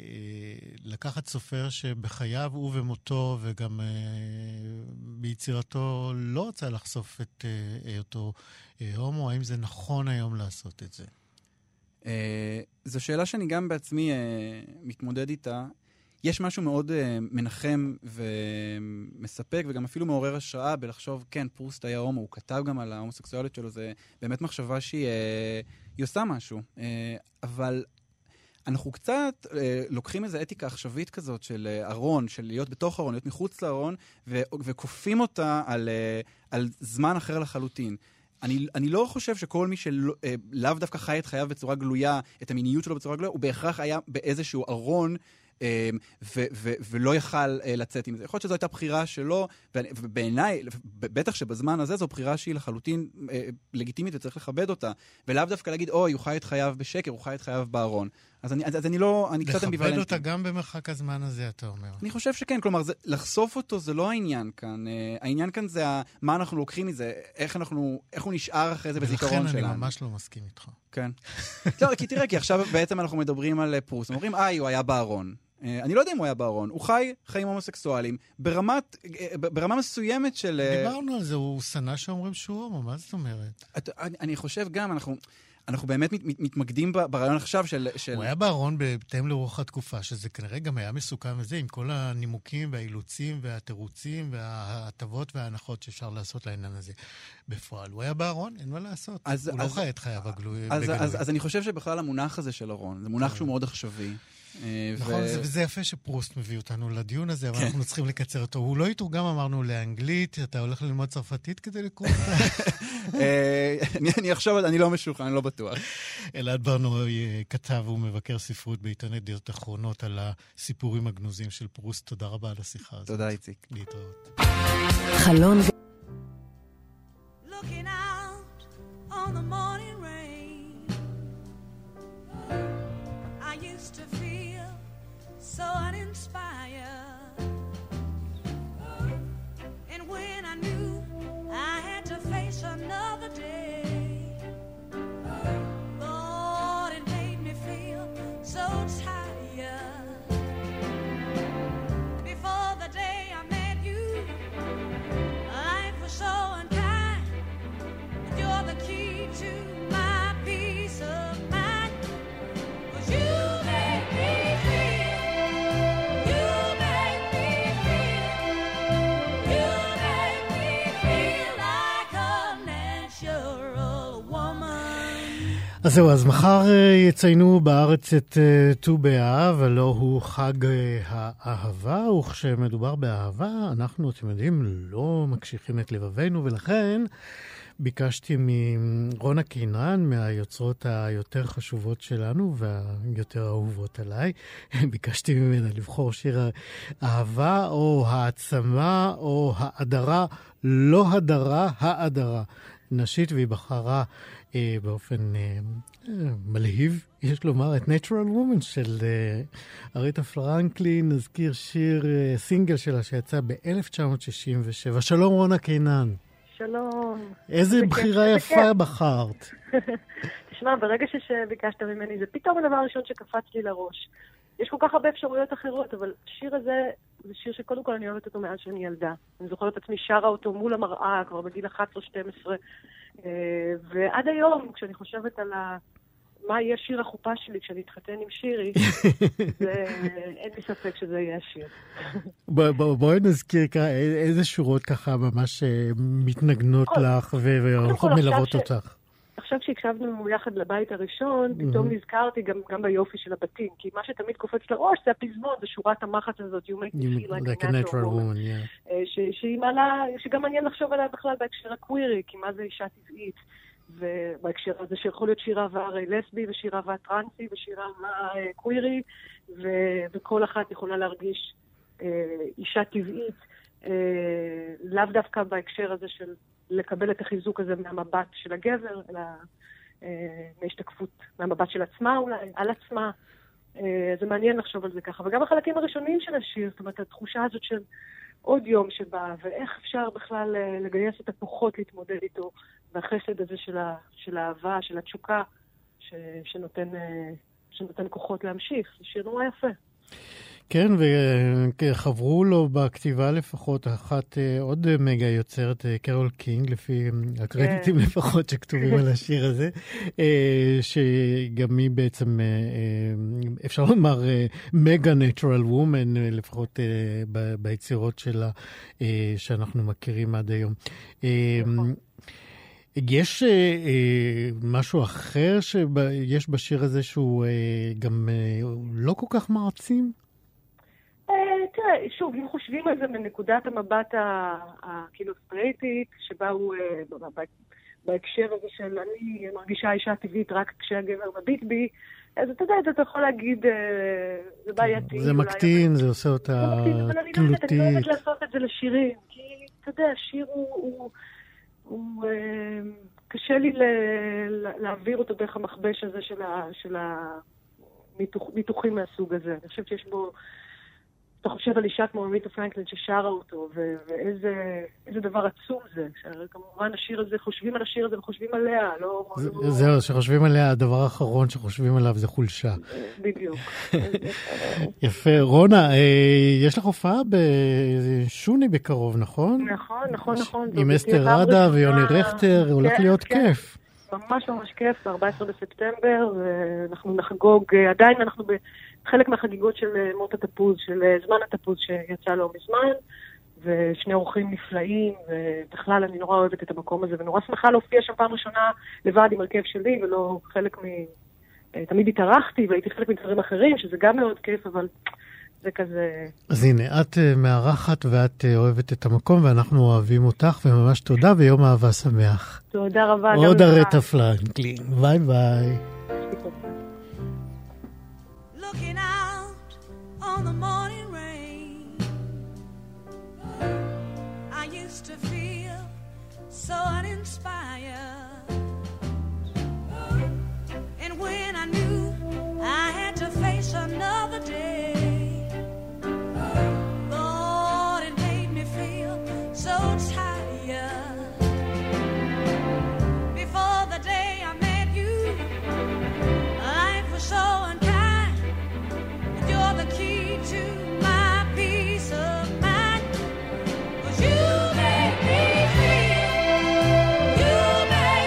לקחת סופר שבחייו ובמותו וגם uh, ביצירתו לא רוצה לחשוף את uh, אותו uh, הומו? האם זה נכון היום לעשות את זה? Uh, זו שאלה שאני גם בעצמי uh, מתמודד איתה. יש משהו מאוד uh, מנחם ומספק, וגם אפילו מעורר השראה בלחשוב, כן, פרוסט היה הומו, הוא כתב גם על ההומוסקסואליות שלו, זה באמת מחשבה שהיא uh, עושה משהו. Uh, אבל אנחנו קצת uh, לוקחים איזו אתיקה עכשווית כזאת של uh, ארון, של להיות בתוך ארון, להיות מחוץ לארון, ו- וכופים אותה על, uh, על זמן אחר לחלוטין. אני, אני לא חושב שכל מי שלאו uh, דווקא חי את חייו בצורה גלויה, את המיניות שלו בצורה גלויה, הוא בהכרח היה באיזשהו ארון, ו- ו- ולא יכל לצאת עם זה. יכול להיות שזו הייתה בחירה שלו, ובעיניי, בטח שבזמן הזה זו בחירה שהיא לחלוטין לגיטימית וצריך לכבד אותה, ולאו דווקא להגיד, אוי, הוא חי את חייו בשקר, הוא חי את חייו בארון. אז אני, אז אני לא, אני קצת אמביוולנטי. לכבד אותה גם במרחק הזמן הזה, אתה אומר. אני חושב שכן, כלומר, זה, לחשוף אותו זה לא העניין כאן. העניין כאן זה מה אנחנו לוקחים מזה, איך אנחנו, איך הוא נשאר אחרי זה בזיכרון שלנו. ולכן אני ממש לא מסכים איתך. כן. לא, כי תראה, כי עכשיו בעצם אנחנו מדברים על פרוס, אומרים, איי, הוא היה בארון. אני לא יודע אם הוא היה בארון, הוא חי חיים הומוסקסואליים, ברמת, ברמה מסוימת של... דיברנו על זה, הוא סנה שאומרים שהוא הומו, מה זאת אומרת? אני, אני חושב גם, אנחנו, אנחנו באמת מת, מתמקדים ברעיון עכשיו של, של... הוא היה בארון בהתאם לרוח התקופה, שזה כנראה גם היה מסוכם וזה, עם כל הנימוקים והאילוצים והתירוצים וההטבות וההנחות שאפשר לעשות לעניין הזה. בפועל, הוא היה בארון, אין מה לעשות. אז, הוא אז, לא חי את חייו הגלוי. אז, אז, אז, אז אני חושב שבכלל המונח הזה של ארון, זה מונח שהוא מאוד עכשווי. נכון, וזה יפה שפרוסט מביא אותנו לדיון הזה, אבל אנחנו צריכים לקצר אותו. הוא לא יתורגם, אמרנו, לאנגלית, אתה הולך ללמוד צרפתית כדי לקרוא אותה? אני אחשוב, אני לא משוכן, אני לא בטוח. אלעד ברנועי כתב ומבקר ספרות בעיתון ידיעות אחרונות על הסיפורים הגנוזים של פרוסט. תודה רבה על השיחה הזאת. תודה, איציק. להתראות. חלון Looking out on the morning rain, I used to feel so uninspired, and when I knew I had to face another day, Lord, it made me feel so tired. Before the day I met you, life was so unkind, but you're the key to my peace of mind, 'cause you make me feel, you make me feel, you make me feel like a natural woman. אז זהו, אז מחר יציינו בארץ את ט"ו באב, הלא הוא חג האהבה, וכשמדובר באהבה, אנחנו, אתם יודעים, לא מקשיחים את לבבינו, ולכן ביקשתי מרונה קינן, מהיוצרות היותר חשובות שלנו והיותר אהובות עליי, ביקשתי ממנה לבחור שיר אהבה או העצמה או האדרה, לא הדרה, האדרה נשית, והיא בחרה אה, באופן אה, מלהיב, יש לומר, את Natural Woman של אה, אריתה פרנקלין. נזכיר שיר, אה, סינגל שלה שיצא ב-אלף תשע מאות שישים ושבע. שלום רונה קינן. שלום. איזה בחירה יפה בחרת. תשמע, ברגע שביקשת ממני, זה פתאום הדבר הראשון שקפץ לי לראש. יש כל כך הרבה אפשרויות אחרות, אבל השיר הזה זה שיר שקודם כל אני אוהבת אותו מאז שאני ילדה. אני זוכרת את עצמי שרה אותו מול המראה, כבר בגיל אחת עשרה שתים עשרה, ועד היום, כשאני חושבת על ה... מה יהיה שיר החופה שלי כשאני אתחתן עם שירי, אין לי ספק שזה יהיה השיר. בואי נזכיר איזה שורות ככה ממש מתנגנות לך ומלוות אותך. עכשיו כשהקשבנו יחד לבית הראשון, פתאום נזכרתי גם ביופי של הבתים, כי מה שתמיד קופץ לראש זה הפזמון, זה שורת המחץ הזאת, You make me feel like a natural woman, שהיא מעלה, שגם מעניין לחשוב עליה בכלל בהקשר הקווירי, כי מה זה אישה טבעית. ובהקשר הזה שיכול להיות שיר אהבה הרי לסבי ושיר אהבה טרנסי ושיר אהבה קווירי, וכל אחת יכולה להרגיש אישה טבעית, לאו דווקא בהקשר הזה של לקבל את החיזוק הזה מהמבט של הגבר, אלא מהשתקפות מהמבט של עצמה אולי, על עצמה. זה מעניין לחשוב על זה ככה. וגם החלקים הראשונים של השיר, זאת אומרת, התחושה הזאת של עוד יום שבא, ואיך אפשר בכלל לגייס את הכוחות להתמודד איתו, והחסד הזה של, ה, של האהבה, של התשוקה, ש, שנותן, שנותן כוחות להמשיך. זה שיר נורא יפה. כן, וחברו לו בכתיבה לפחות אחת עוד מגה יוצרת, קרול קינג, לפי הקרדיטים לפחות שכתובים על השיר הזה, שגם היא בעצם, אפשר לומר, מגה נטורל וומן, לפחות ביצירות שלה שאנחנו מכירים עד היום. יש משהו אחר שיש בשיר הזה שהוא גם לא כל כך מעצים? תראה, שוב, אם חושבים על זה מנקודת המבט הכאילו סטרייטית, שבה הוא בהקשר הזה של אני מרגישה אישה טבעית רק כשהגבר מביט בי, אז אתה יודע, אתה יכול להגיד, זה בעייתי. זה מקטין, זה עושה אותה תלותית. אני לא יודעת לעשות את זה לשירים, כי אתה יודע, השיר הוא... קשה לי להעביר אותו דרך המכבש הזה של הניתוחים מהסוג הזה. אני חושבת שיש בו... אתה חושב על אישה כמו אריתה פרנקלין ששרה אותו, ואיזה דבר עצום זה. כמובן, השיר הזה, חושבים על השיר הזה וחושבים עליה, לא... זהו, שחושבים עליה, הדבר האחרון שחושבים עליו זה חולשה. בדיוק. יפה. רונה, יש לך הופעה בשוני בקרוב, נכון? נכון, נכון, נכון. עם אסתר רדה ויוני רכטר, הולך להיות כיף. ממש ממש כיף, ב-ארבעה עשר בספטמבר, ואנחנו נחגוג, עדיין אנחנו בחלק מהחגיגות של מות התפוז, של זמן התפוז שיצא לו מזמן, ושני אורחים נפלאים, ובכלל אני נורא אוהבת את המקום הזה, ונורא שמחה להופיע שם פעם ראשונה לבד עם הרכב שלי, ולא חלק מ... תמיד התארחתי, והייתי חלק מדברים אחרים, שזה גם מאוד כיף, אבל... זה כזה... אז הנה, את מארחת ואת אוהבת את המקום, ואנחנו אוהבים אותך, וממש תודה, ויום אהבה שמח. תודה רבה. עוד אריתה פרנקלין. ביי ביי. Looking out on the morning rain, I used to feel so uninspired, and when I knew I had to face another day, so tired. Before the day I met you, life was so unkind. You're the key to my peace of mind. 'Cause you make me feel, you make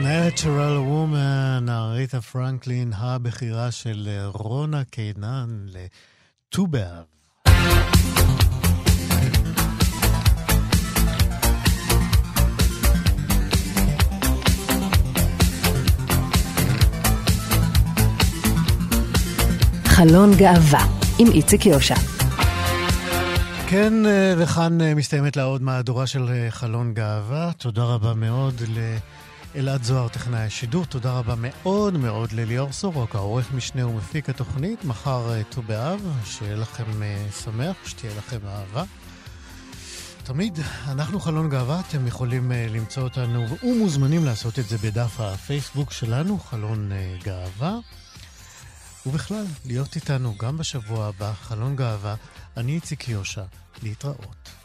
Natural Woman, אריתה פרנקלין, הבחירה של רונה קיינן לט"ו באב. חלון גאווה עם איציק יושע. כן, וכאן מסתיימת לה עוד מהדורה של חלון גאווה. תודה רבה מאוד לאלעד זוהר, טכנאי השידור. תודה רבה מאוד מאוד לליאור סורוק, העורך משנה ומפיק התוכנית. מחר ט"ו באב, שיהיה לכם שמח, שתהיה לכם אהבה. תמיד אנחנו חלון גאווה, אתם יכולים למצוא אותנו ומוזמנים לעשות את זה בדף הפייסבוק שלנו, חלון גאווה. ובכלל, להיות איתנו גם בשבוע הבא, חלון גאווה. אני איציק יושע, להתראות.